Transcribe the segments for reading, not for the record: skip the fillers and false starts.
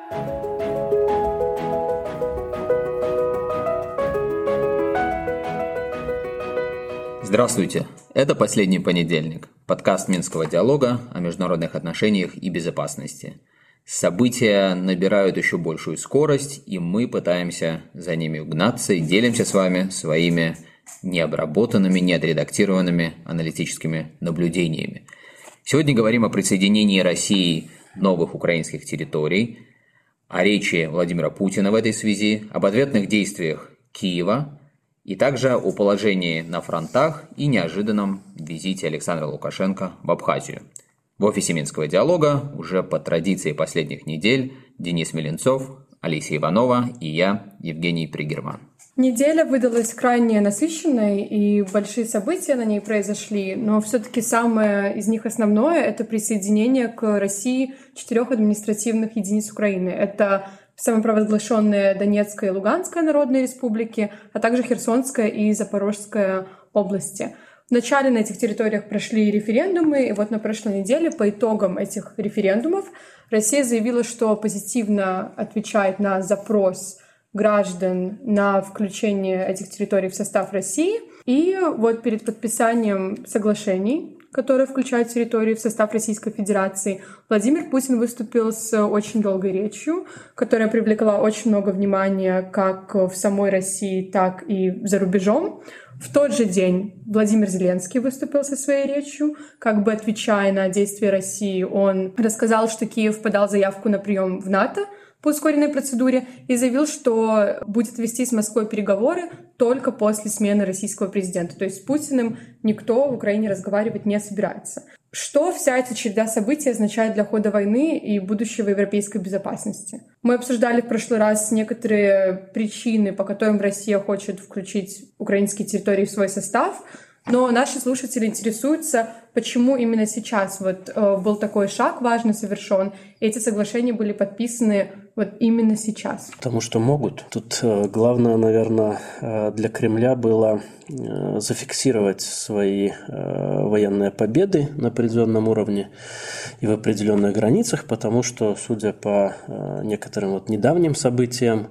Здравствуйте! Это «Последний понедельник», подкаст Минского диалога о международных отношениях и безопасности. События набирают еще большую скорость, и мы пытаемся за ними угнаться и делимся с вами своими необработанными, неотредактированными аналитическими наблюдениями. Сегодня говорим о присоединении России новых украинских территорий, о речи Владимира Путина в этой связи, об ответных действиях Киева, и также о положении на фронтах и неожиданном визите Александра Лукашенко в Абхазию. В офисе Минского диалога уже по традиции последних недель Денис Меленцов, Алисия Иванова и я, Евгений Пригерман. Неделя выдалась крайне насыщенной, и большие события на ней произошли, но все-таки самое из них основное — это присоединение к России 4 административных единиц Украины. Это самопровозглашенные Донецкая и Луганская народные республики, а также Херсонская и Запорожская области. Вначале на этих территориях прошли референдумы, и вот на прошлой неделе по итогам этих референдумов Россия заявила, что позитивно отвечает на запрос граждан на включение этих территорий в состав России. И вот перед подписанием соглашений, которые включают территории в состав Российской Федерации, Владимир Путин выступил с очень долгой речью, которая привлекла очень много внимания как в самой России, так и за рубежом. В тот же день Владимир Зеленский выступил со своей речью, как бы отвечая на действия России. Он рассказал, что Киев подал заявку на прием в НАТО по ускоренной процедуре и заявил, что будет вести с Москвой переговоры только после смены российского президента. То есть с Путиным никто в Украине разговаривать не собирается. Что вся эта череда событий означает для хода войны и будущего европейской безопасности? Мы обсуждали в прошлый раз некоторые причины, по которым Россия хочет включить украинские территории в свой состав, но наши слушатели интересуются, почему именно сейчас был такой шаг важно совершен, и эти соглашения были подписаны именно сейчас. Потому что могут. Тут главное, наверное, для Кремля было зафиксировать свои военные победы на определенном уровне и в определенных границах, потому что, судя по некоторым недавним событиям,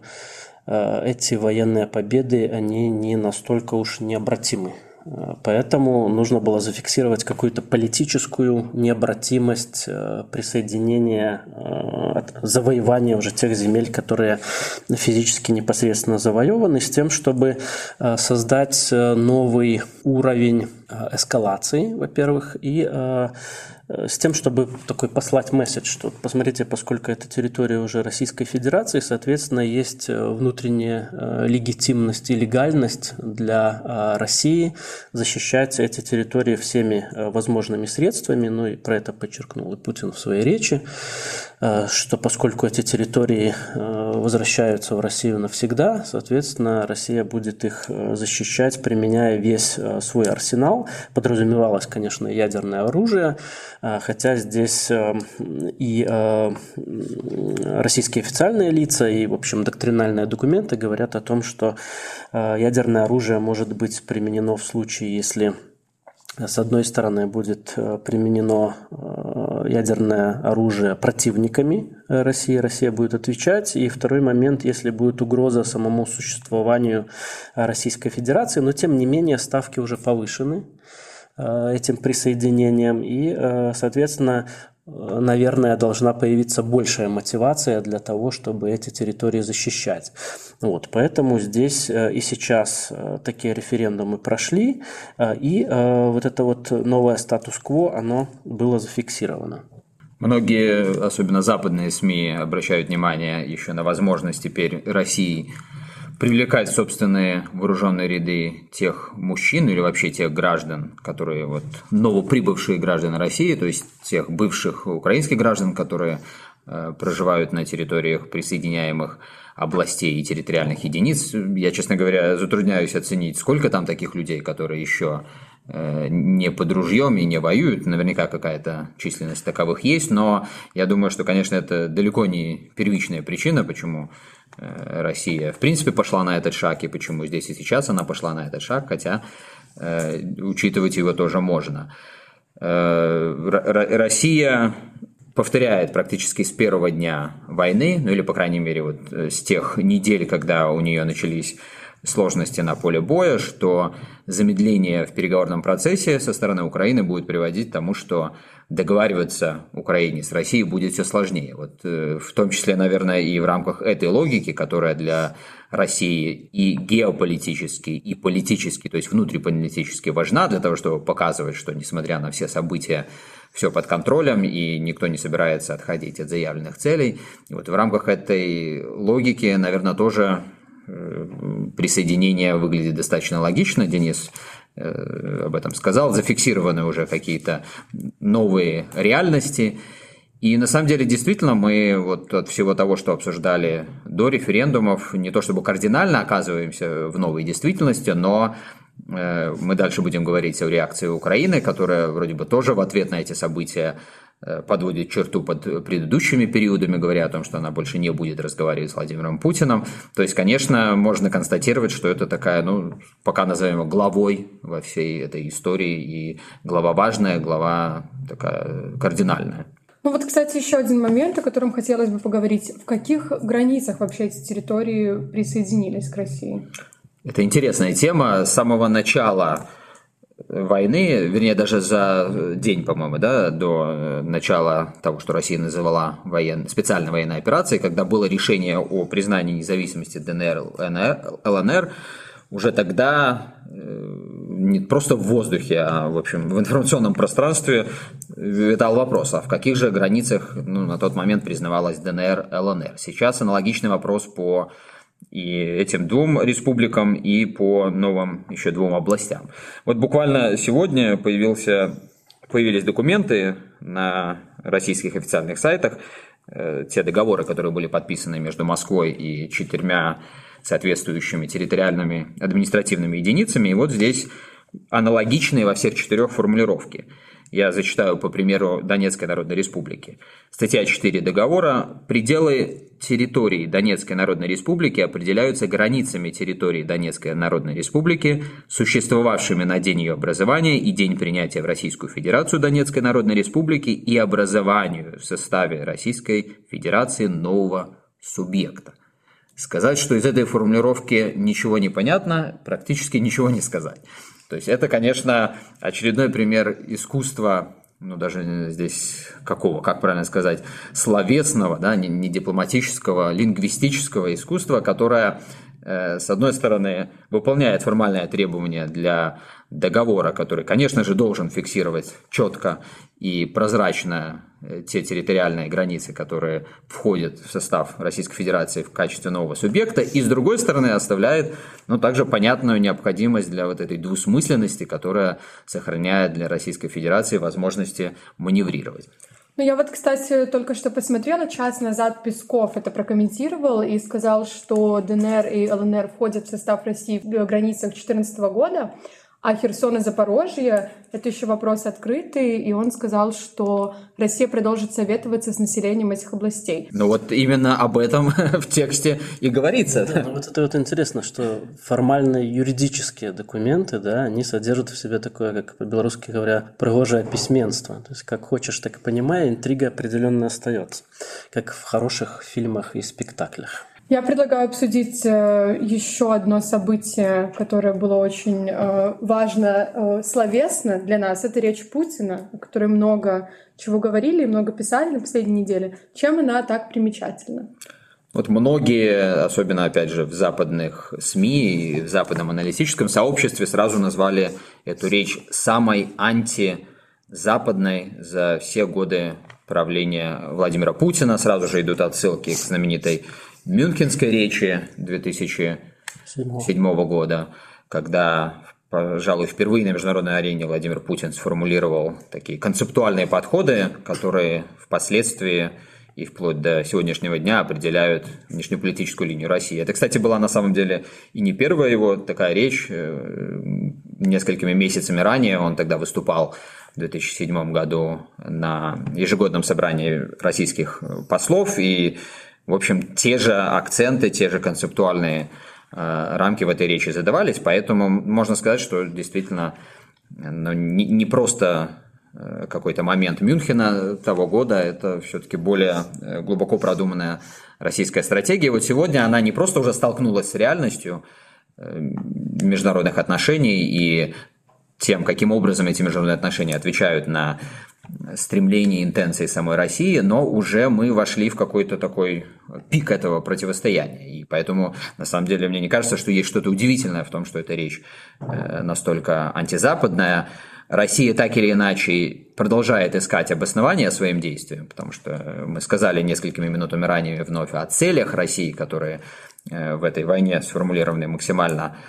эти военные победы, они не настолько уж необратимы. Поэтому нужно было зафиксировать какую-то политическую необратимость присоединения, завоевания уже тех земель, которые физически непосредственно завоеваны, с тем, чтобы создать новый уровень эскалации, во-первых, и с тем, чтобы такой послать месседж, что посмотрите, поскольку это территория уже Российской Федерации, соответственно, есть внутренняя легитимность и легальность для России защищать эти территории всеми возможными средствами. И про это подчеркнул и Путин в своей речи, что поскольку эти территории возвращаются в Россию навсегда, соответственно, Россия будет их защищать, применяя весь свой арсенал. Подразумевалось, конечно, ядерное оружие, хотя здесь и российские официальные лица, и, в общем, доктринальные документы говорят о том, что ядерное оружие может быть применено в случае, если с одной стороны будет применено ядерное оружие противниками России, Россия будет отвечать, и второй момент, если будет угроза самому существованию Российской Федерации, но тем не менее ставки уже повышены этим присоединением, и, соответственно, наверное, должна появиться большая мотивация для того, чтобы эти территории защищать. Поэтому здесь и сейчас такие референдумы прошли, и это новое статус-кво, оно было зафиксировано. Многие, особенно западные СМИ, обращают внимание еще на возможность теперь России привлекать в собственные вооруженные ряды тех мужчин или вообще тех граждан, которые новоприбывшие граждане России, то есть тех бывших украинских граждан, которые проживают на территориях присоединяемых областей и территориальных единиц. Я, честно говоря, затрудняюсь оценить, сколько там таких людей, которые еще не под ружьем и не воюют. Наверняка какая-то численность таковых есть, но я думаю, что, конечно, это далеко не первичная причина, почему Россия, в принципе, пошла на этот шаг, и почему здесь и сейчас она пошла на этот шаг, хотя учитывать его тоже можно. Россия повторяет практически с первого дня войны, ну или, по крайней мере, вот с тех недель, когда у нее начались сложности на поле боя, что замедление в переговорном процессе со стороны Украины будет приводить к тому, что договариваться Украине с Россией будет все сложнее. Вот, в том числе, наверное, и в рамках этой логики, которая для России и геополитически, и политически, то есть внутриполитически важна для того, чтобы показывать, что, несмотря на все события, все под контролем и никто не собирается отходить от заявленных целей. И вот в рамках этой логики, наверное, тоже присоединение выглядит достаточно логично. Денис об этом сказал, зафиксированы уже какие-то новые реальности. И на самом деле, действительно, мы вот от всего того, что обсуждали до референдумов, не то чтобы кардинально оказываемся в новой действительности, но мы дальше будем говорить о реакции Украины, которая вроде бы тоже в ответ на эти события подводит черту под предыдущими периодами, говоря о том, что она больше не будет разговаривать с Владимиром Путиным. То есть, конечно, можно констатировать, что это такая, пока назовем его главой во всей этой истории, и глава важная, глава такая кардинальная. Ну вот, кстати, еще один момент, о котором хотелось бы поговорить. В каких границах вообще эти территории присоединились к России? Это интересная тема. С самого начала войны, вернее, даже за день, по-моему, до начала того, что Россия называла специальной военной операцией, когда было решение о признании независимости ДНР, ЛНР, уже тогда не просто в воздухе, а в общем в информационном пространстве витал вопрос, а в каких же границах на тот момент признавалась ДНР, ЛНР. Сейчас аналогичный вопрос по и этим двум республикам, и по новым еще двум областям. Вот буквально сегодня появились документы на российских официальных сайтах, те договоры, которые были подписаны между Москвой и 4 соответствующими территориальными административными единицами. И вот здесь аналогичные во всех 4 формулировки. Я зачитаю по примеру Донецкой Народной Республики. Статья 4 договора. Пределы территории Донецкой Народной Республики определяются границами территории Донецкой Народной Республики, существовавшими на день ее образования и день принятия в Российскую Федерацию Донецкой Народной Республики и образованию в составе Российской Федерации нового субъекта. Сказать, что из этой формулировки ничего не понятно, практически ничего не сказать. То есть это, конечно, очередной пример искусства, даже здесь какого, как правильно сказать, словесного, не дипломатического, лингвистического искусства, которое, с одной стороны, выполняет формальные требования для договора, который, конечно же, должен фиксировать четко и прозрачно те территориальные границы, которые входят в состав Российской Федерации в качестве нового субъекта, и, с другой стороны, оставляет также понятную необходимость для вот этой двусмысленности, которая сохраняет для Российской Федерации возможности маневрировать. Я вот, кстати, только что посмотрела, час назад Песков это прокомментировал и сказал, что ДНР и ЛНР входят в состав России в границах 2014 года, а Херсон и Запорожье — это еще вопрос открытый, и он сказал, что Россия продолжит советоваться с населением этих областей. Вот именно об этом в тексте и говорится. Да, вот это вот интересно, что формальные юридические документы, они содержат в себе такое, как по-белорусски говоря, пригожее письменство. То есть как хочешь, так и понимай, интрига определенно остается, как в хороших фильмах и спектаклях. Я предлагаю обсудить еще одно событие, которое было очень важно словесно для нас. Это речь Путина, о которой много чего говорили и много писали на последней неделе. Чем она так примечательна? Вот многие, особенно, опять же, в западных СМИ и в западном аналитическом сообществе сразу назвали эту речь самой антизападной за все годы правления Владимира Путина. Сразу же идут отсылки к знаменитой Мюнхенской речи 2007 года, когда, пожалуй, впервые на международной арене Владимир Путин сформулировал такие концептуальные подходы, которые впоследствии и вплоть до сегодняшнего дня определяют внешнеполитическую линию России. Это, кстати, была на самом деле и не первая его такая речь. Несколькими месяцами ранее он тогда выступал в 2007 году на ежегодном собрании российских послов, и в общем, те же акценты, те же концептуальные рамки в этой речи задавались, поэтому можно сказать, что действительно не просто какой-то момент Мюнхена того года. Это все-таки более глубоко продуманная российская стратегия. Вот сегодня она не просто уже столкнулась с реальностью международных отношений и тем, каким образом эти международные отношения отвечают на стремления и интенции самой России, но уже мы вошли в какой-то такой пик этого противостояния. И поэтому, на самом деле, мне не кажется, что есть что-то удивительное в том, что эта речь настолько антизападная. Россия так или иначе продолжает искать обоснования своим действиям, потому что мы сказали несколькими минутами ранее вновь о целях России, которые в этой войне сформулированы максимально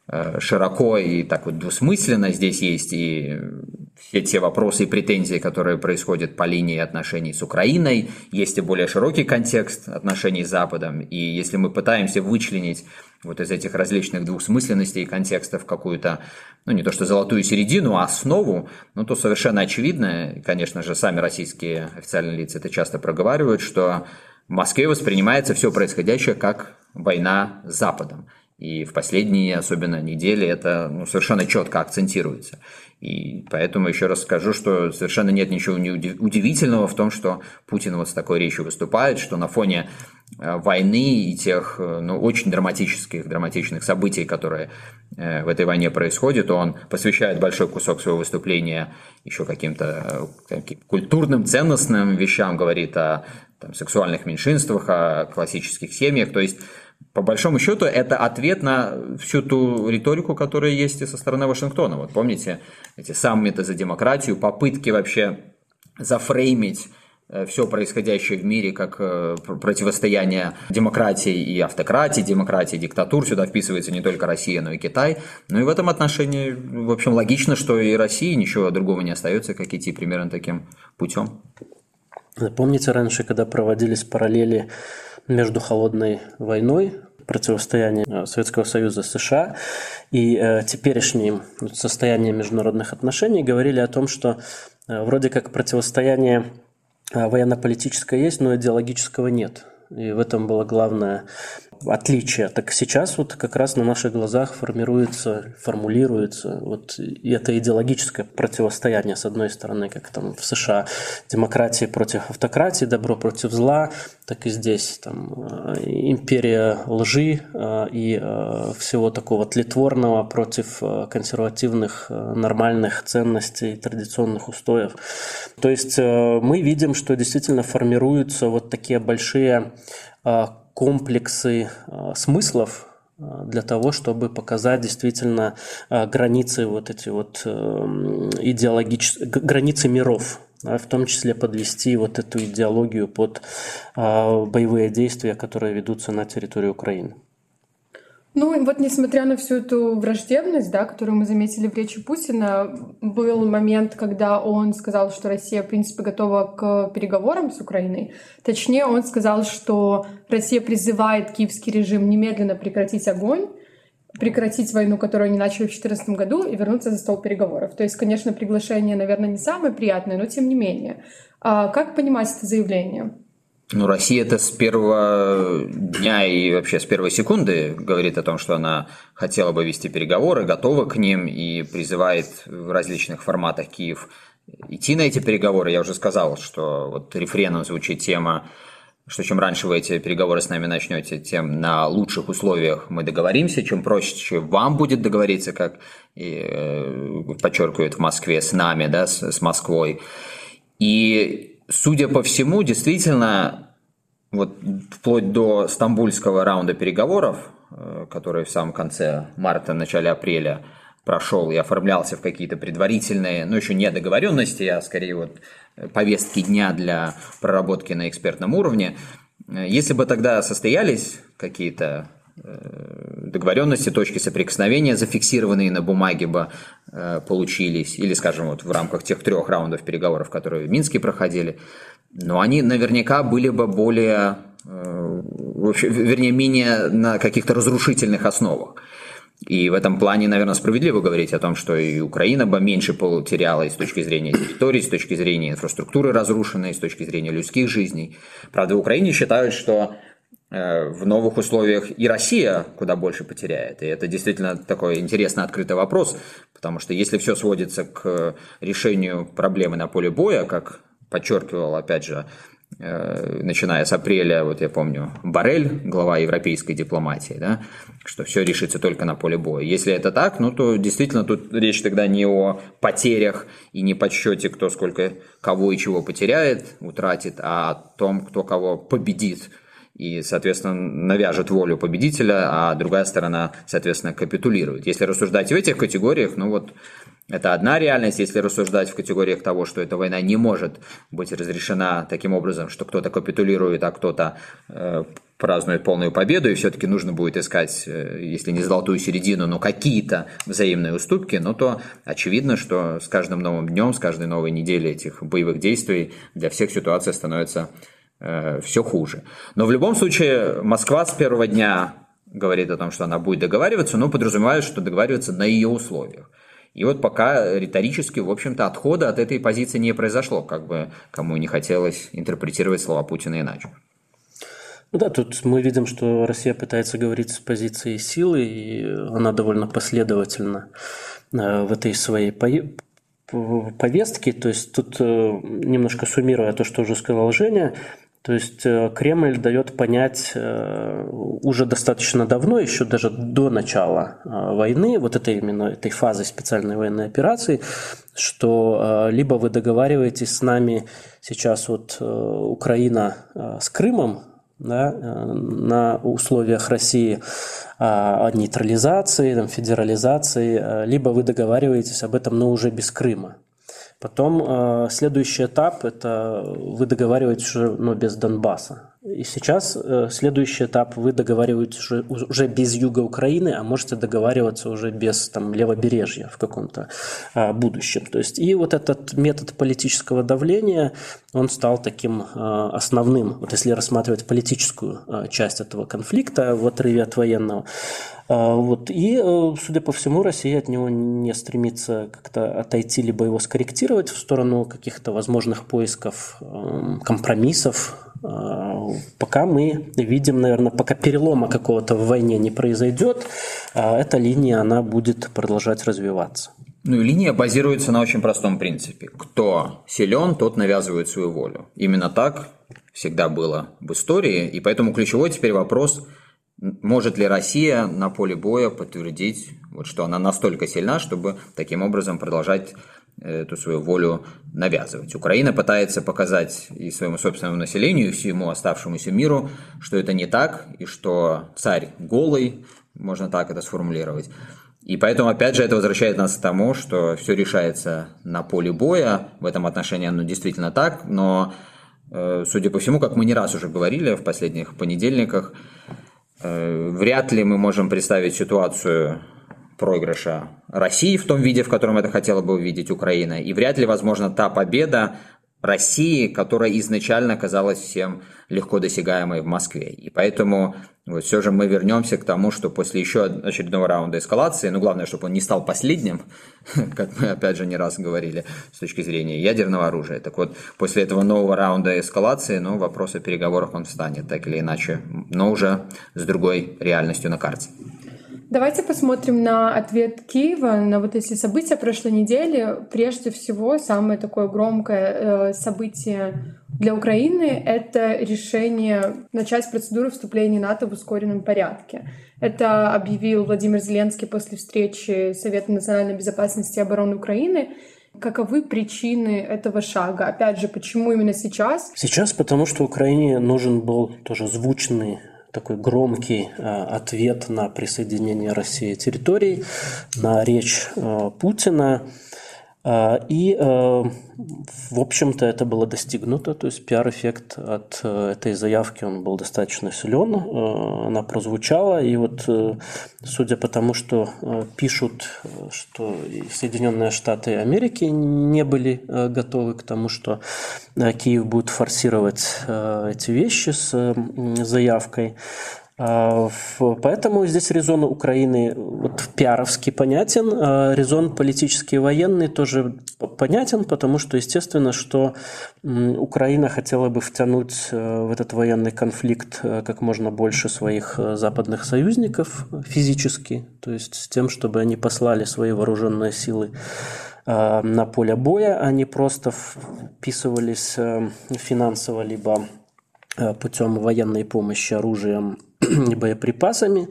широко и так вот двусмысленно. Здесь есть и все те вопросы и претензии, которые происходят по линии отношений с Украиной, есть и более широкий контекст отношений с Западом, и если мы пытаемся вычленить вот из этих различных двусмысленностей и контекстов какую-то, ну не то что золотую середину, а основу, ну то совершенно очевидно, конечно же, сами российские официальные лица это часто проговаривают, что в Москве воспринимается все происходящее как война с Западом. И в последние, особенно недели, это совершенно четко акцентируется. И поэтому еще раз скажу, что совершенно нет ничего удивительного в том, что Путин вот с такой речью выступает, что на фоне войны и тех очень драматичных событий, которые в этой войне происходят, он посвящает большой кусок своего выступления еще каким-то культурным, ценностным вещам, говорит о сексуальных меньшинствах, о классических семьях, то есть по большому счету, это ответ на всю ту риторику, которая есть и со стороны Вашингтона. Вот помните эти саммиты за демократию, попытки вообще зафреймить все происходящее в мире как противостояние демократии и автократии, демократии и диктатур. Сюда вписывается не только Россия, но и Китай. Ну и в этом отношении, в общем, логично, что и России ничего другого не остается, как идти примерно таким путем. Помните раньше, когда проводились параллели между холодной войной, противостоянием Советского Союза с США и теперешним состоянием международных отношений, говорили о том, что вроде как противостояние военно-политическое есть, но идеологического нет. И в этом было главное отличие. Так сейчас вот как раз на наших глазах формулируется вот это идеологическое противостояние, с одной стороны, как там в США демократии против автократии, добро против зла, так и здесь там империя лжи и всего такого тлетворного против консервативных нормальных ценностей, традиционных устоев. То есть мы видим, что действительно формируются вот такие большие комплексы смыслов для того, чтобы показать действительно границы вот эти вот границы миров, в том числе подвести вот эту идеологию под боевые действия, которые ведутся на территории Украины. Ну и вот несмотря на всю эту враждебность, да, которую мы заметили в речи Путина, был момент, когда он сказал, что Россия, в принципе, готова к переговорам с Украиной. Точнее, он сказал, что Россия призывает киевский режим немедленно прекратить огонь, прекратить войну, которую они начали в 2014 году, и вернуться за стол переговоров. То есть, конечно, приглашение, наверное, не самое приятное, но тем не менее. Как понимать это заявление? Россия это с первого дня и вообще с первой секунды говорит о том, что она хотела бы вести переговоры, готова к ним и призывает в различных форматах Киев идти на эти переговоры. Я уже сказал, что вот рефреном звучит тема, что чем раньше вы эти переговоры с нами начнете, тем на лучших условиях мы договоримся, чем проще вам будет договориться, как и подчеркивают в Москве, с нами, да, с Москвой. И судя по всему, действительно, вот вплоть до стамбульского раунда переговоров, который в самом конце марта, начале апреля прошел и оформлялся в какие-то предварительные, еще не договоренности, а скорее вот повестки дня для проработки на экспертном уровне, если бы тогда состоялись какие-то договоренности, точки соприкосновения, зафиксированные на бумаге бы получились, или, скажем, вот в рамках тех 3 раундов переговоров, которые в Минске проходили, но они наверняка были бы более, менее на каких-то разрушительных основах. И в этом плане, наверное, справедливо говорить о том, что и Украина бы меньше потеряла и с точки зрения территории, с точки зрения инфраструктуры разрушенной, с точки зрения людских жизней. Правда, в Украине считают, что в новых условиях и Россия куда больше потеряет. И это действительно такой интересный открытый вопрос, потому что если все сводится к решению проблемы на поле боя, как подчеркивал, опять же, начиная с апреля, вот я помню, Боррель, глава европейской дипломатии, да, что все решится только на поле боя. Если это так, ну то действительно тут речь тогда не о потерях и не подсчете, кто сколько кого и чего потеряет, утратит, а о том, кто кого победит и, соответственно, навяжет волю победителя, а другая сторона, соответственно, капитулирует. Если рассуждать в этих категориях, ну вот это одна реальность. Если рассуждать в категориях того, что эта война не может быть разрешена таким образом, что кто-то капитулирует, а кто-то празднует полную победу, и все-таки нужно будет искать, если не золотую середину, но какие-то взаимные уступки, но то очевидно, что с каждым новым днем, с каждой новой неделей этих боевых действий для всех ситуация становится все хуже. Но в любом случае Москва с первого дня говорит о том, что она будет договариваться, но подразумевает, что договариваться на ее условиях. И вот пока риторически, в общем-то, отхода от этой позиции не произошло, как бы кому не хотелось интерпретировать слова Путина иначе. Ну да, тут мы видим, что Россия пытается говорить с позиции силы, и она довольно последовательна в этой своей повестке. То есть тут, немножко суммируя то, что уже сказал Женя, то есть Кремль дает понять уже достаточно давно, еще даже до начала войны, вот этой фазы специальной военной операции, что либо вы договариваетесь с нами сейчас вот Украина с Крымом, да, на условиях России о нейтрализации, федерализации, либо вы договариваетесь об этом, но уже без Крыма. Потом следующий этап – это вы договариваетесь уже, но без Донбасса. И сейчас следующий этап – вы договариваетесь уже без юга Украины, а можете договариваться уже без левобережья в каком-то будущем. То есть, и вот этот метод политического давления, он стал таким основным, вот если рассматривать политическую часть этого конфликта в отрыве от военного. Вот. И, судя по всему, Россия от него не стремится как-то отойти, либо его скорректировать в сторону каких-то возможных поисков компромиссов. Пока мы видим, наверное, пока перелома какого-то в войне не произойдет, эта линия, она будет продолжать развиваться. Ну и линия базируется на очень простом принципе. Кто силен, тот навязывает свою волю. Именно так всегда было в истории, и поэтому ключевой теперь вопрос – может ли Россия на поле боя подтвердить, что она настолько сильна, чтобы таким образом продолжать эту свою волю навязывать? Украина пытается показать и своему собственному населению, и всему оставшемуся миру, что это не так, и что царь голый, можно так это сформулировать. И поэтому, опять же, это возвращает нас к тому, что все решается на поле боя. В этом отношении оно действительно так, но, судя по всему, как мы не раз уже говорили в последних понедельниках, вряд ли мы можем представить ситуацию проигрыша России в том виде, в котором это хотела бы увидеть Украина, и вряд ли возможна та победа России, которая изначально казалась всем легко досягаемой в Москве. И поэтому вот все же мы вернемся к тому, что после еще очередного раунда эскалации, ну главное, чтобы он не стал последним, как мы опять же не раз говорили с точки зрения ядерного оружия. Так вот, после этого нового раунда эскалации, ну вопрос о переговорах он встанет так или иначе, но уже с другой реальностью на карте. Давайте посмотрим на ответ Киева на вот эти события прошлой недели. Прежде всего, самое такое громкое событие для Украины — это решение начать процедуру вступления НАТО в ускоренном порядке. Это объявил Владимир Зеленский после встречи Совета национальной безопасности и обороны Украины. Каковы причины этого шага? Опять же, почему именно сейчас? Сейчас, потому что Украине нужен был тоже звучный, такой громкий ответ на присоединение России территорий, на речь Путина. И, в общем-то, это было достигнуто. То есть пиар-эффект от этой заявки, он был достаточно силен. Она прозвучала. И вот, судя по тому, что пишут, что Соединенные Штаты Америки не были готовы к тому, что Киев будет форсировать эти вещи с заявкой, Поэтому здесь резон Украины вот пиаровски понятен, резон политический и военный тоже понятен, потому что, естественно, что Украина хотела бы втянуть в этот военный конфликт как можно больше своих западных союзников физически, то есть с тем, чтобы они послали свои вооруженные силы на поле боя, а не просто вписывались финансово либо путем военной помощи оружием и боеприпасами.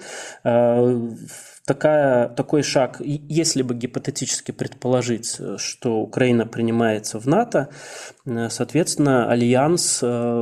Такой шаг, если бы гипотетически предположить, что Украина принимается в НАТО, соответственно, Альянс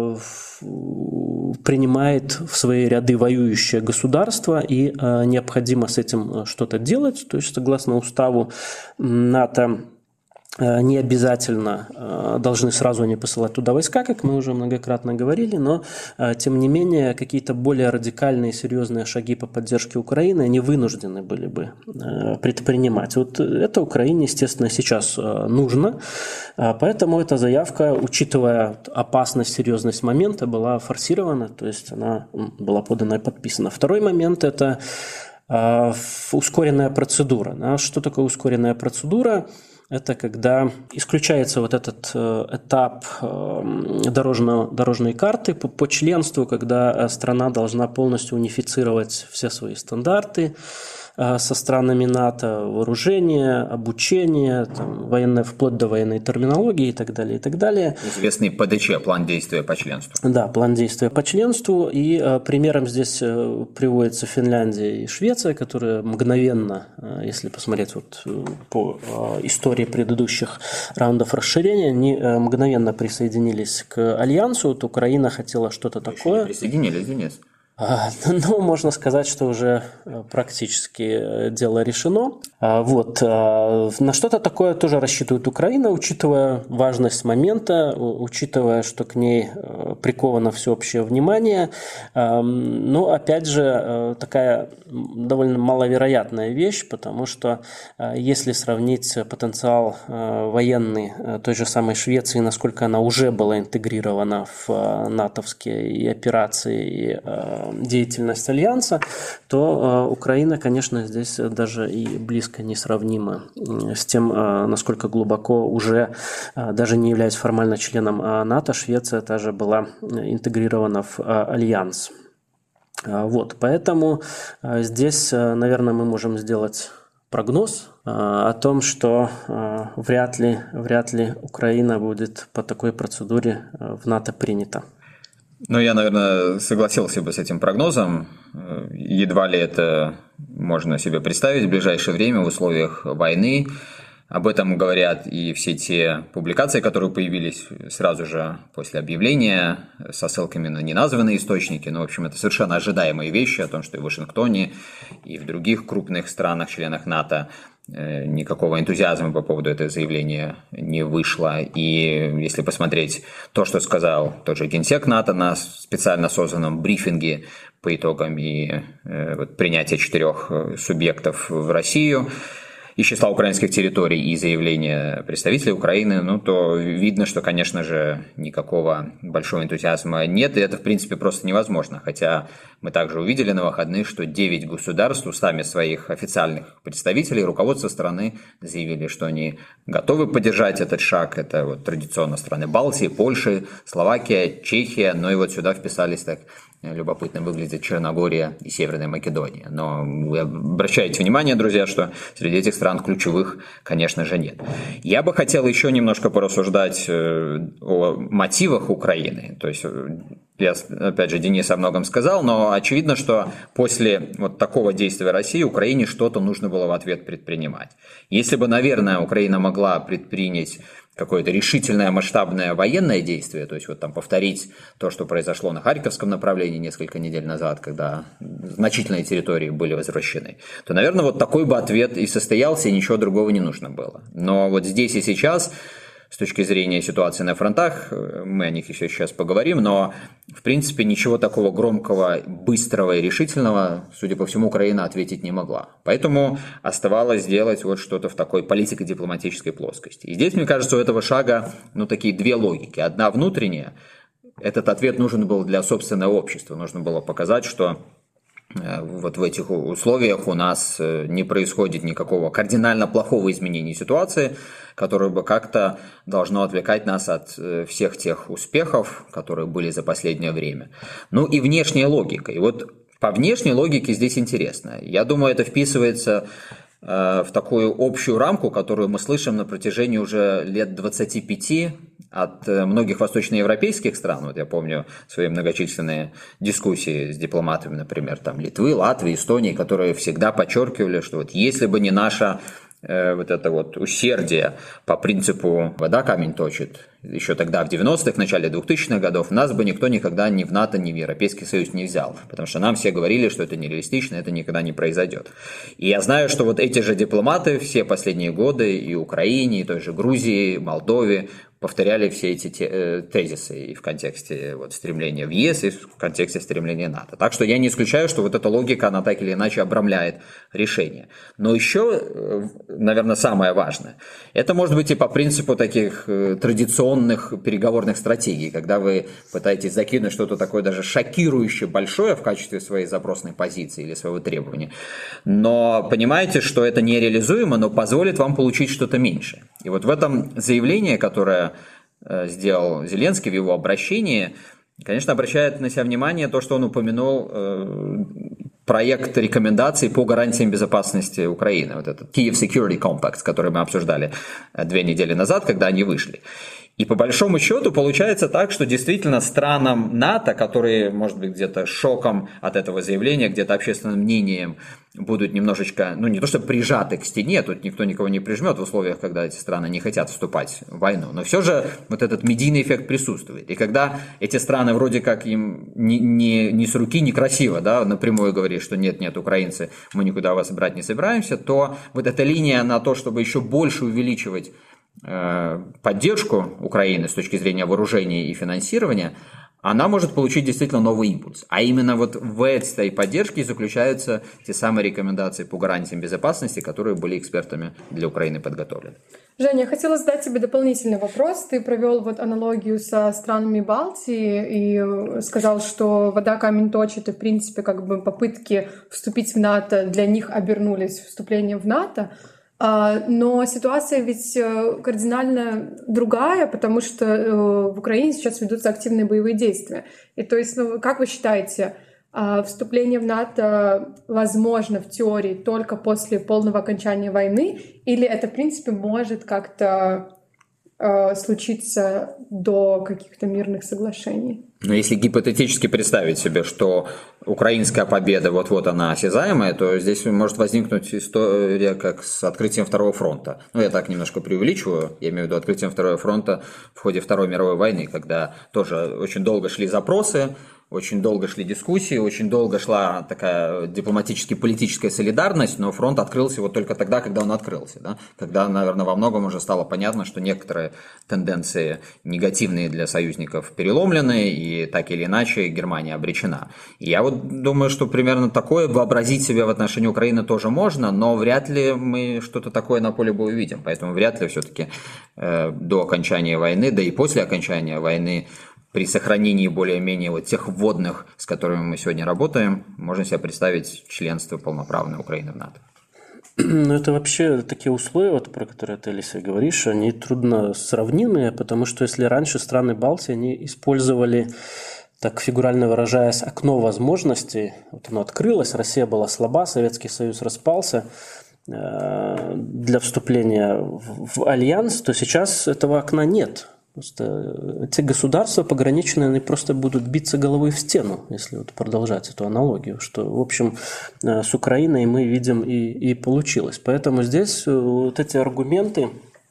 принимает в свои ряды воюющее государство, и необходимо с этим что-то делать. То есть, согласно уставу, НАТО не обязательно должны сразу они посылать туда войска, как мы уже многократно говорили, но, тем не менее, какие-то более радикальные, серьезные шаги по поддержке Украины они вынуждены были бы предпринимать. Вот это Украине, естественно, сейчас нужно, поэтому эта заявка, учитывая опасность, серьезность момента, была форсирована, то есть она была подана и подписана. Второй момент – это ускоренная процедура. Что такое ускоренная процедура? Это когда исключается вот этот этап дорожной карты по членству, когда страна должна полностью унифицировать все свои стандарты со странами НАТО, вооружение, обучение, вплоть до военной терминологии и так далее, и так далее. Известный ПДЧ, план действия по членству. Да, план действия по членству. И примером здесь приводится Финляндия и Швеция, которые мгновенно, если посмотреть вот по истории предыдущих раундов расширения, они мгновенно присоединились к Альянсу. Вот Украина хотела что-то такое. Присоединились, Денис. Ну, можно сказать, что уже практически дело решено. Вот. На что-то такое тоже рассчитывает Украина, учитывая важность момента, учитывая, что к ней приковано всеобщее внимание. Но, опять же, такая довольно маловероятная вещь, потому что если сравнить потенциал военный той же самой Швеции, насколько она уже была интегрирована в натовские и операции, и деятельность Альянса, то Украина, конечно, здесь даже и близко не сравнима с тем, насколько глубоко уже, даже не являясь формально членом НАТО, Швеция также была интегрирована в Альянс. Вот, поэтому здесь, наверное, мы можем сделать прогноз о том, что вряд ли Украина будет по такой процедуре в НАТО принята. Ну, я, наверное, согласился бы с этим прогнозом. Едва ли это можно себе представить в ближайшее время в условиях войны. Об этом говорят и все те публикации, которые появились сразу же после объявления, со ссылками на неназванные источники. Но, в общем, это совершенно ожидаемые вещи о том, что и в Вашингтоне, и в других крупных странах, членах НАТО, никакого энтузиазма по поводу этого заявления не вышло. И если посмотреть то, что сказал тот же генсек НАТО на специально созданном брифинге по итогам принятия 4 субъектов в Россию из числа украинских территорий и заявления представителей Украины, то видно, что, конечно же, никакого большого энтузиазма нет, и это, в принципе, просто невозможно. Хотя мы также увидели на выходных, что 9 государств устами своих официальных представителей, руководство страны заявили, что они готовы поддержать этот шаг. Это вот традиционно страны Балтии, Польши, Словакия, Чехия, но и вот сюда вписались так любопытно выглядят Черногория и Северная Македония. Но вы обращаете внимание, друзья, что среди этих стран ключевых, конечно же, нет. Я бы хотел еще немножко порассуждать о мотивах Украины. То есть, я, опять же, Денис о многом сказал, но очевидно, что после вот такого действия России Украине что-то нужно было в ответ предпринимать. Если бы, наверное, Украина могла предпринять какое-то решительное масштабное военное действие, то есть вот там повторить то, что произошло на Харьковском направлении несколько недель назад, когда значительные территории были возвращены, то, наверное, вот такой бы ответ и состоялся, и ничего другого не нужно было. Но вот здесь и сейчас, с точки зрения ситуации на фронтах, мы о них еще сейчас поговорим, но, в принципе, ничего такого громкого, быстрого и решительного, судя по всему, Украина ответить не могла. Поэтому оставалось сделать вот что-то в такой политико-дипломатической плоскости. И здесь, мне кажется, у этого шага, такие 2 логики. Одна внутренняя. Этот ответ нужен был для собственного общества. Нужно было показать, что вот в этих условиях у нас не происходит никакого кардинально плохого изменения ситуации, которое бы как-то должно отвлекать нас от всех тех успехов, которые были за последнее время. Ну и внешняя логика. И вот по внешней логике здесь интересно. Я думаю, это вписывается в такую общую рамку, которую мы слышим на протяжении уже лет 25 от многих восточноевропейских стран. Вот я помню свои многочисленные дискуссии с дипломатами, например, там Литвы, Латвии, Эстонии, которые всегда подчеркивали, что вот если бы не наша вот это вот усердие по принципу «вода камень точит», еще тогда в 90-х, в начале 2000-х годов, нас бы никто никогда ни в НАТО, ни в Европейский Союз не взял, потому что нам все говорили, что это нереалистично, это никогда не произойдет. И я знаю, что вот эти же дипломаты все последние годы и Украине, и той же Грузии, Молдове повторяли все эти тезисы и в контексте вот стремления в ЕС, и в контексте стремления НАТО. Так что я не исключаю, что вот эта логика, она так или иначе обрамляет решение. Но еще, наверное, самое важное, это может быть и по принципу таких традиционных переговорных стратегий, когда вы пытаетесь закинуть что-то такое даже шокирующе большое в качестве своей запросной позиции или своего требования, но понимаете, что это нереализуемо, но позволит вам получить что-то меньше. И вот в этом заявлении, которое сделал Зеленский в его обращении, конечно, обращает на себя внимание то, что он упомянул проект рекомендаций по гарантиям безопасности Украины, вот этот Kyiv Security Compact, который мы обсуждали 2 недели назад, когда они вышли. И по большому счету получается так, что действительно странам НАТО, которые, может быть, где-то шоком от этого заявления, где-то общественным мнением будут немножечко, ну не то что прижаты к стене, тут никто никого не прижмет в условиях, когда эти страны не хотят вступать в войну, но все же вот этот медийный эффект присутствует. И когда эти страны вроде как им не с руки, некрасиво, да, напрямую говорят, что нет, украинцы, мы никуда вас брать не собираемся, то вот эта линия на то, чтобы еще больше увеличивать поддержку Украины с точки зрения вооружения и финансирования, она может получить действительно новый импульс. А именно вот в этой поддержке заключаются те самые рекомендации по гарантиям безопасности, которые были экспертами для Украины подготовлены. Женя, я хотела задать тебе дополнительный вопрос. Ты провел вот аналогию со странами Балтии и сказал, что вода камень точит, и в принципе как бы попытки вступить в НАТО для них обернулись вступлением в НАТО. Но ситуация ведь кардинально другая, потому что в Украине сейчас ведутся активные боевые действия. И то есть, ну, как вы считаете, вступление в НАТО возможно в теории только после полного окончания войны, или это, в принципе, может как-то случиться до каких-то мирных соглашений? Но если гипотетически представить себе, что украинская победа вот-вот она осязаемая, то здесь может возникнуть история как с открытием Второго фронта. Ну, я так немножко преувеличиваю, я имею в виду открытием Второго фронта в ходе Второй мировой войны, когда тоже очень долго шли запросы, очень долго шли дискуссии, очень долго шла такая дипломатически-политическая солидарность, но фронт открылся вот только тогда, когда он открылся. Да? Когда, наверное, во многом уже стало понятно, что некоторые тенденции негативные для союзников переломлены, и так или иначе Германия обречена. И я вот думаю, что примерно такое вообразить себе в отношении Украины тоже можно, но вряд ли мы что-то такое на поле боя увидим. Поэтому вряд ли все-таки до окончания войны, да и после окончания войны, при сохранении более-менее вот тех вводных, с которыми мы сегодня работаем, можно себе представить членство полноправной Украины в НАТО. Ну, это вообще такие условия, вот, про которые ты, Алиса, говоришь, они трудно сравнимые, потому что если раньше страны Балтии, они использовали, так фигурально выражаясь, окно возможностей, вот оно открылось, Россия была слаба, Советский Союз распался для вступления в альянс, то сейчас этого окна нет. Просто эти государства пограничные, они просто будут биться головой в стену, если вот продолжать эту аналогию, что, в общем, с Украиной мы видим и получилось. Поэтому здесь вот эти аргументы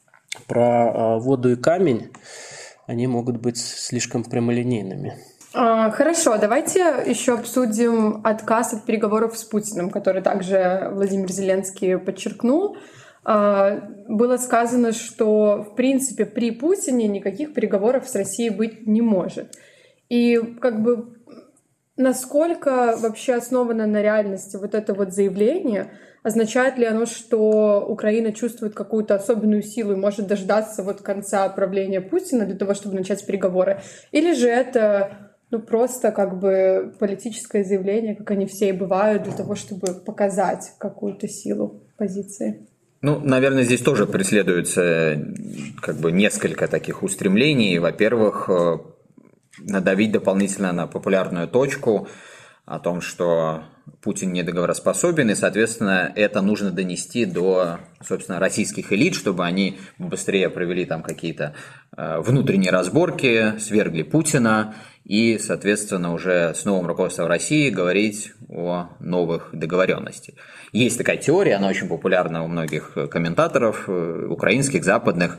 про воду и камень, они могут быть слишком прямолинейными. Хорошо, давайте еще обсудим отказ от переговоров с Путиным, который также Владимир Зеленский подчеркнул. Было сказано, что, в принципе, при Путине никаких переговоров с Россией быть не может. И как бы насколько вообще основано на реальности вот это вот заявление? Означает ли оно, что Украина чувствует какую-то особенную силу и может дождаться вот конца правления Путина для того, чтобы начать переговоры? Или же это Просто как бы политическое заявление, как они все и бывают, для того, чтобы показать какую-то силу позиции. Наверное, здесь тоже преследуется как бы несколько таких устремлений. Во-первых, надавить дополнительно на популярную точку о том, что Путин недоговороспособен, и, соответственно, это нужно донести до, собственно, российских элит, чтобы они быстрее провели там какие-то внутренние разборки, свергли Путина и, соответственно, уже с новым руководством России говорить о новых договоренностях. Есть такая теория, она очень популярна у многих комментаторов, украинских, западных,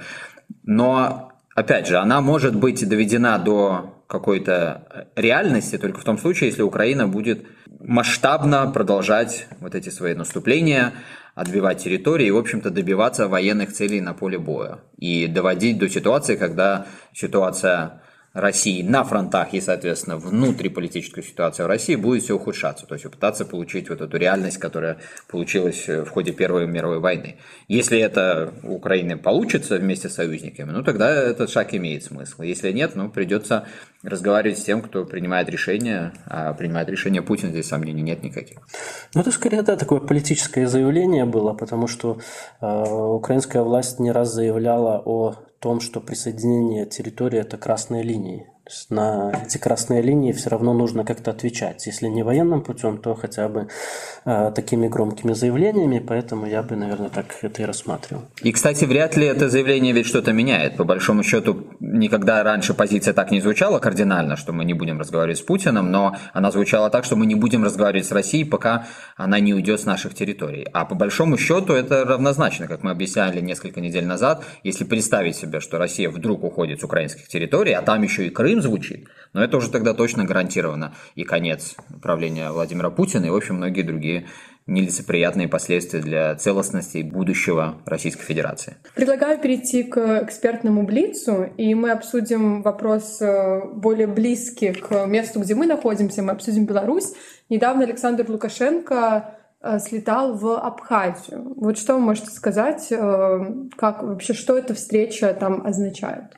но, опять же, она может быть доведена до какой-то реальности только в том случае, если Украина будет масштабно продолжать вот эти свои наступления, отбивать территории и, в общем-то, добиваться военных целей на поле боя. И доводить до ситуации, когда ситуация России на фронтах и, соответственно, внутриполитическая ситуация в России будет все ухудшаться. То есть пытаться получить вот эту реальность, которая получилась в ходе Первой мировой войны. Если это у Украины получится вместе с союзниками, тогда этот шаг имеет смысл. Если нет, придется разговаривать с тем, кто принимает решения, а принимает решение Путин, здесь сомнений нет никаких. Это скорее, такое политическое заявление было, потому что украинская власть не раз заявляла о том, что присоединение территории – это красные линии. То есть на эти красные линии все равно нужно как-то отвечать. Если не военным путем, то хотя бы такими громкими заявлениями. Поэтому я бы, наверное, так это и рассматривал. И, кстати, вряд ли это заявление ведь что-то меняет. По большому счету, никогда раньше позиция так не звучала кардинально, что мы не будем разговаривать с Путиным, но она звучала так, что мы не будем разговаривать с Россией, пока она не уйдет с наших территорий. А по большому счету это равнозначно, как мы объясняли несколько недель назад. Если представить себе, что Россия вдруг уходит с украинских территорий, а там еще и Крым звучит, но это уже тогда точно гарантировано и конец правления Владимира Путина, и, в общем, многие другие нелицеприятные последствия для целостности будущего Российской Федерации. Предлагаю перейти к экспертному блицу, и мы обсудим вопрос более близкий к месту, где мы находимся. Мы обсудим Беларусь. Недавно Александр Лукашенко слетал в Абхазию. Вот что вы можете сказать, как вообще, что эта встреча там означает?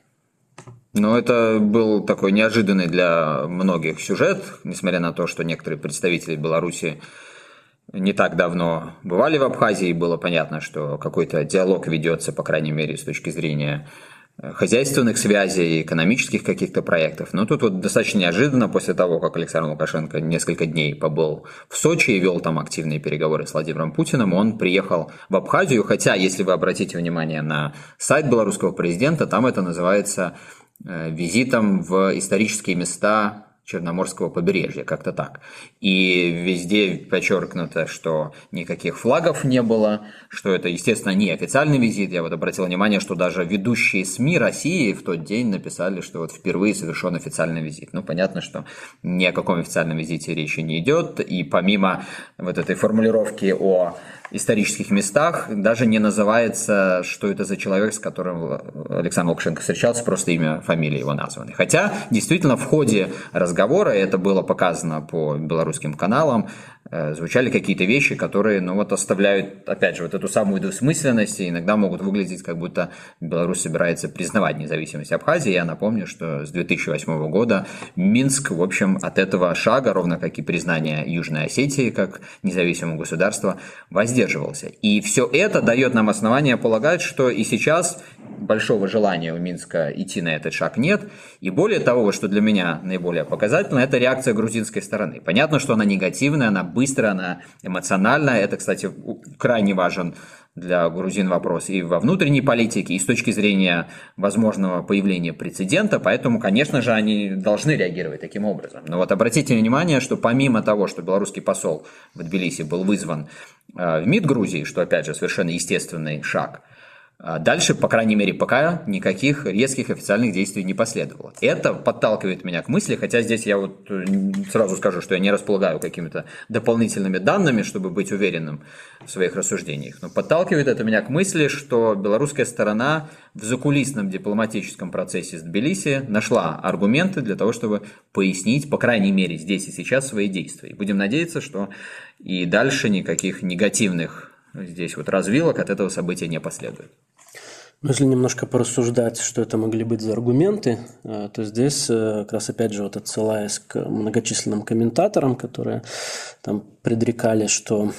Это был такой неожиданный для многих сюжет, несмотря на то, что некоторые представители Беларуси не так давно бывали в Абхазии, было понятно, что какой-то диалог ведется, по крайней мере, с точки зрения хозяйственных связей, экономических каких-то проектов. Но тут достаточно неожиданно, после того, как Александр Лукашенко несколько дней побыл в Сочи и вел там активные переговоры с Владимиром Путиным, он приехал в Абхазию, хотя, если вы обратите внимание на сайт белорусского президента, там это называется визитом в исторические места Черноморского побережья, как-то так. И везде подчеркнуто, что никаких флагов не было, что это, естественно, не официальный визит. Я обратил внимание, что даже ведущие СМИ России в тот день написали, что впервые совершен официальный визит. Понятно, что ни о каком официальном визите речи не идет, и помимо этой формулировки о исторических местах даже не называется, что это за человек, с которым Александр Лукашенко встречался, просто имя, фамилия его названы. Хотя, действительно, в ходе разговора, это было показано по белорусским каналам, звучали какие-то вещи, которые, оставляют, опять же, эту самую двусмысленность, и иногда могут выглядеть, как будто Беларусь собирается признавать независимость Абхазии. Я напомню, что с 2008 года Минск, в общем, от этого шага, ровно как и признание Южной Осетии как независимого государства, воздерживался. И все это дает нам основание полагать, что и сейчас большого желания у Минска идти на этот шаг нет. И более того, что для меня наиболее показательно, это реакция грузинской стороны. Понятно, что она негативная, она быстрая, она эмоциональная. Это, кстати, крайне важен для грузин вопрос и во внутренней политике, и с точки зрения возможного появления прецедента. Поэтому, конечно же, они должны реагировать таким образом. Но обратите внимание, что помимо того, что белорусский посол в Тбилиси был вызван в МИД Грузии, что, опять же, совершенно естественный шаг, дальше, по крайней мере, пока никаких резких официальных действий не последовало. Это подталкивает меня к мысли, хотя здесь я сразу скажу, что я не располагаю какими-то дополнительными данными, чтобы быть уверенным в своих рассуждениях. Но подталкивает это меня к мысли, что белорусская сторона в закулисном дипломатическом процессе с Тбилиси нашла аргументы для того, чтобы пояснить, по крайней мере, здесь и сейчас свои действия. И будем надеяться, что и дальше никаких негативных здесь развилок от этого события не последует. Но если немножко порассуждать, что это могли быть за аргументы, то здесь как раз опять же вот отсылаясь к многочисленным комментаторам, которые там предрекали, что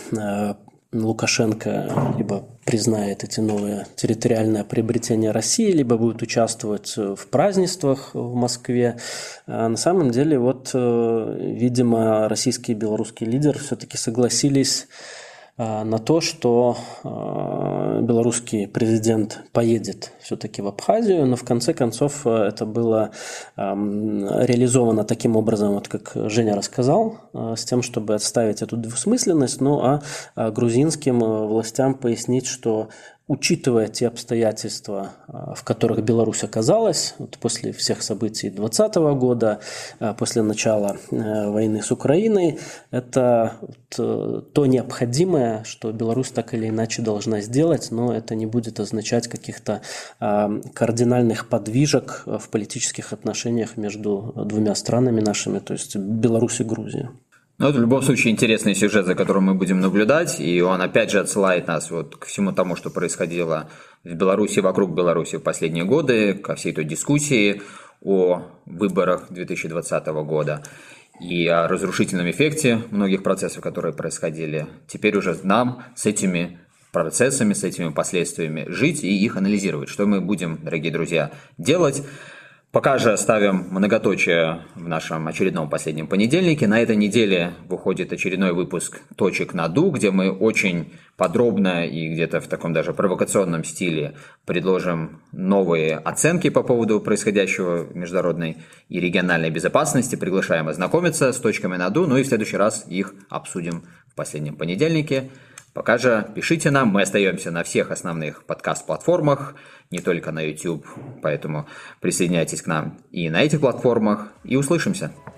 Лукашенко либо признает эти новые территориальные приобретения России, либо будет участвовать в празднествах в Москве. На самом деле, вот, видимо, российские и белорусские лидеры все-таки согласились на то, что белорусский президент поедет все-таки в Абхазию, но в конце концов это было реализовано таким образом, вот как Женя рассказал, с тем, чтобы отставить эту двусмысленность, ну а грузинским властям пояснить, что учитывая те обстоятельства, в которых Беларусь оказалась вот после всех событий 2020 года, после начала войны с Украиной, это то необходимое, что Беларусь так или иначе должна сделать, но это не будет означать каких-то кардинальных подвижек в политических отношениях между двумя странами нашими, то есть Беларусь и Грузия. Ну, это в любом случае интересный сюжет, за которым мы будем наблюдать, и он опять же отсылает нас вот к всему тому, что происходило в Беларуси, вокруг Беларуси в последние годы, ко всей той дискуссии о выборах 2020 года и о разрушительном эффекте многих процессов, которые происходили. Теперь уже нам с этими процессами, с этими последствиями жить и их анализировать. Что мы будем, дорогие друзья, делать? Пока же ставим многоточие в нашем очередном последнем понедельнике. На этой неделе выходит очередной выпуск «Точек над «у», где мы очень подробно и где-то в таком даже провокационном стиле предложим новые оценки по поводу происходящего в международной и региональной безопасности. Приглашаем ознакомиться с точками над «у», ну и в следующий раз их обсудим в последнем понедельнике. Пока же пишите нам, мы остаемся на всех основных подкаст-платформах, не только на YouTube, поэтому присоединяйтесь к нам и на этих платформах, и услышимся.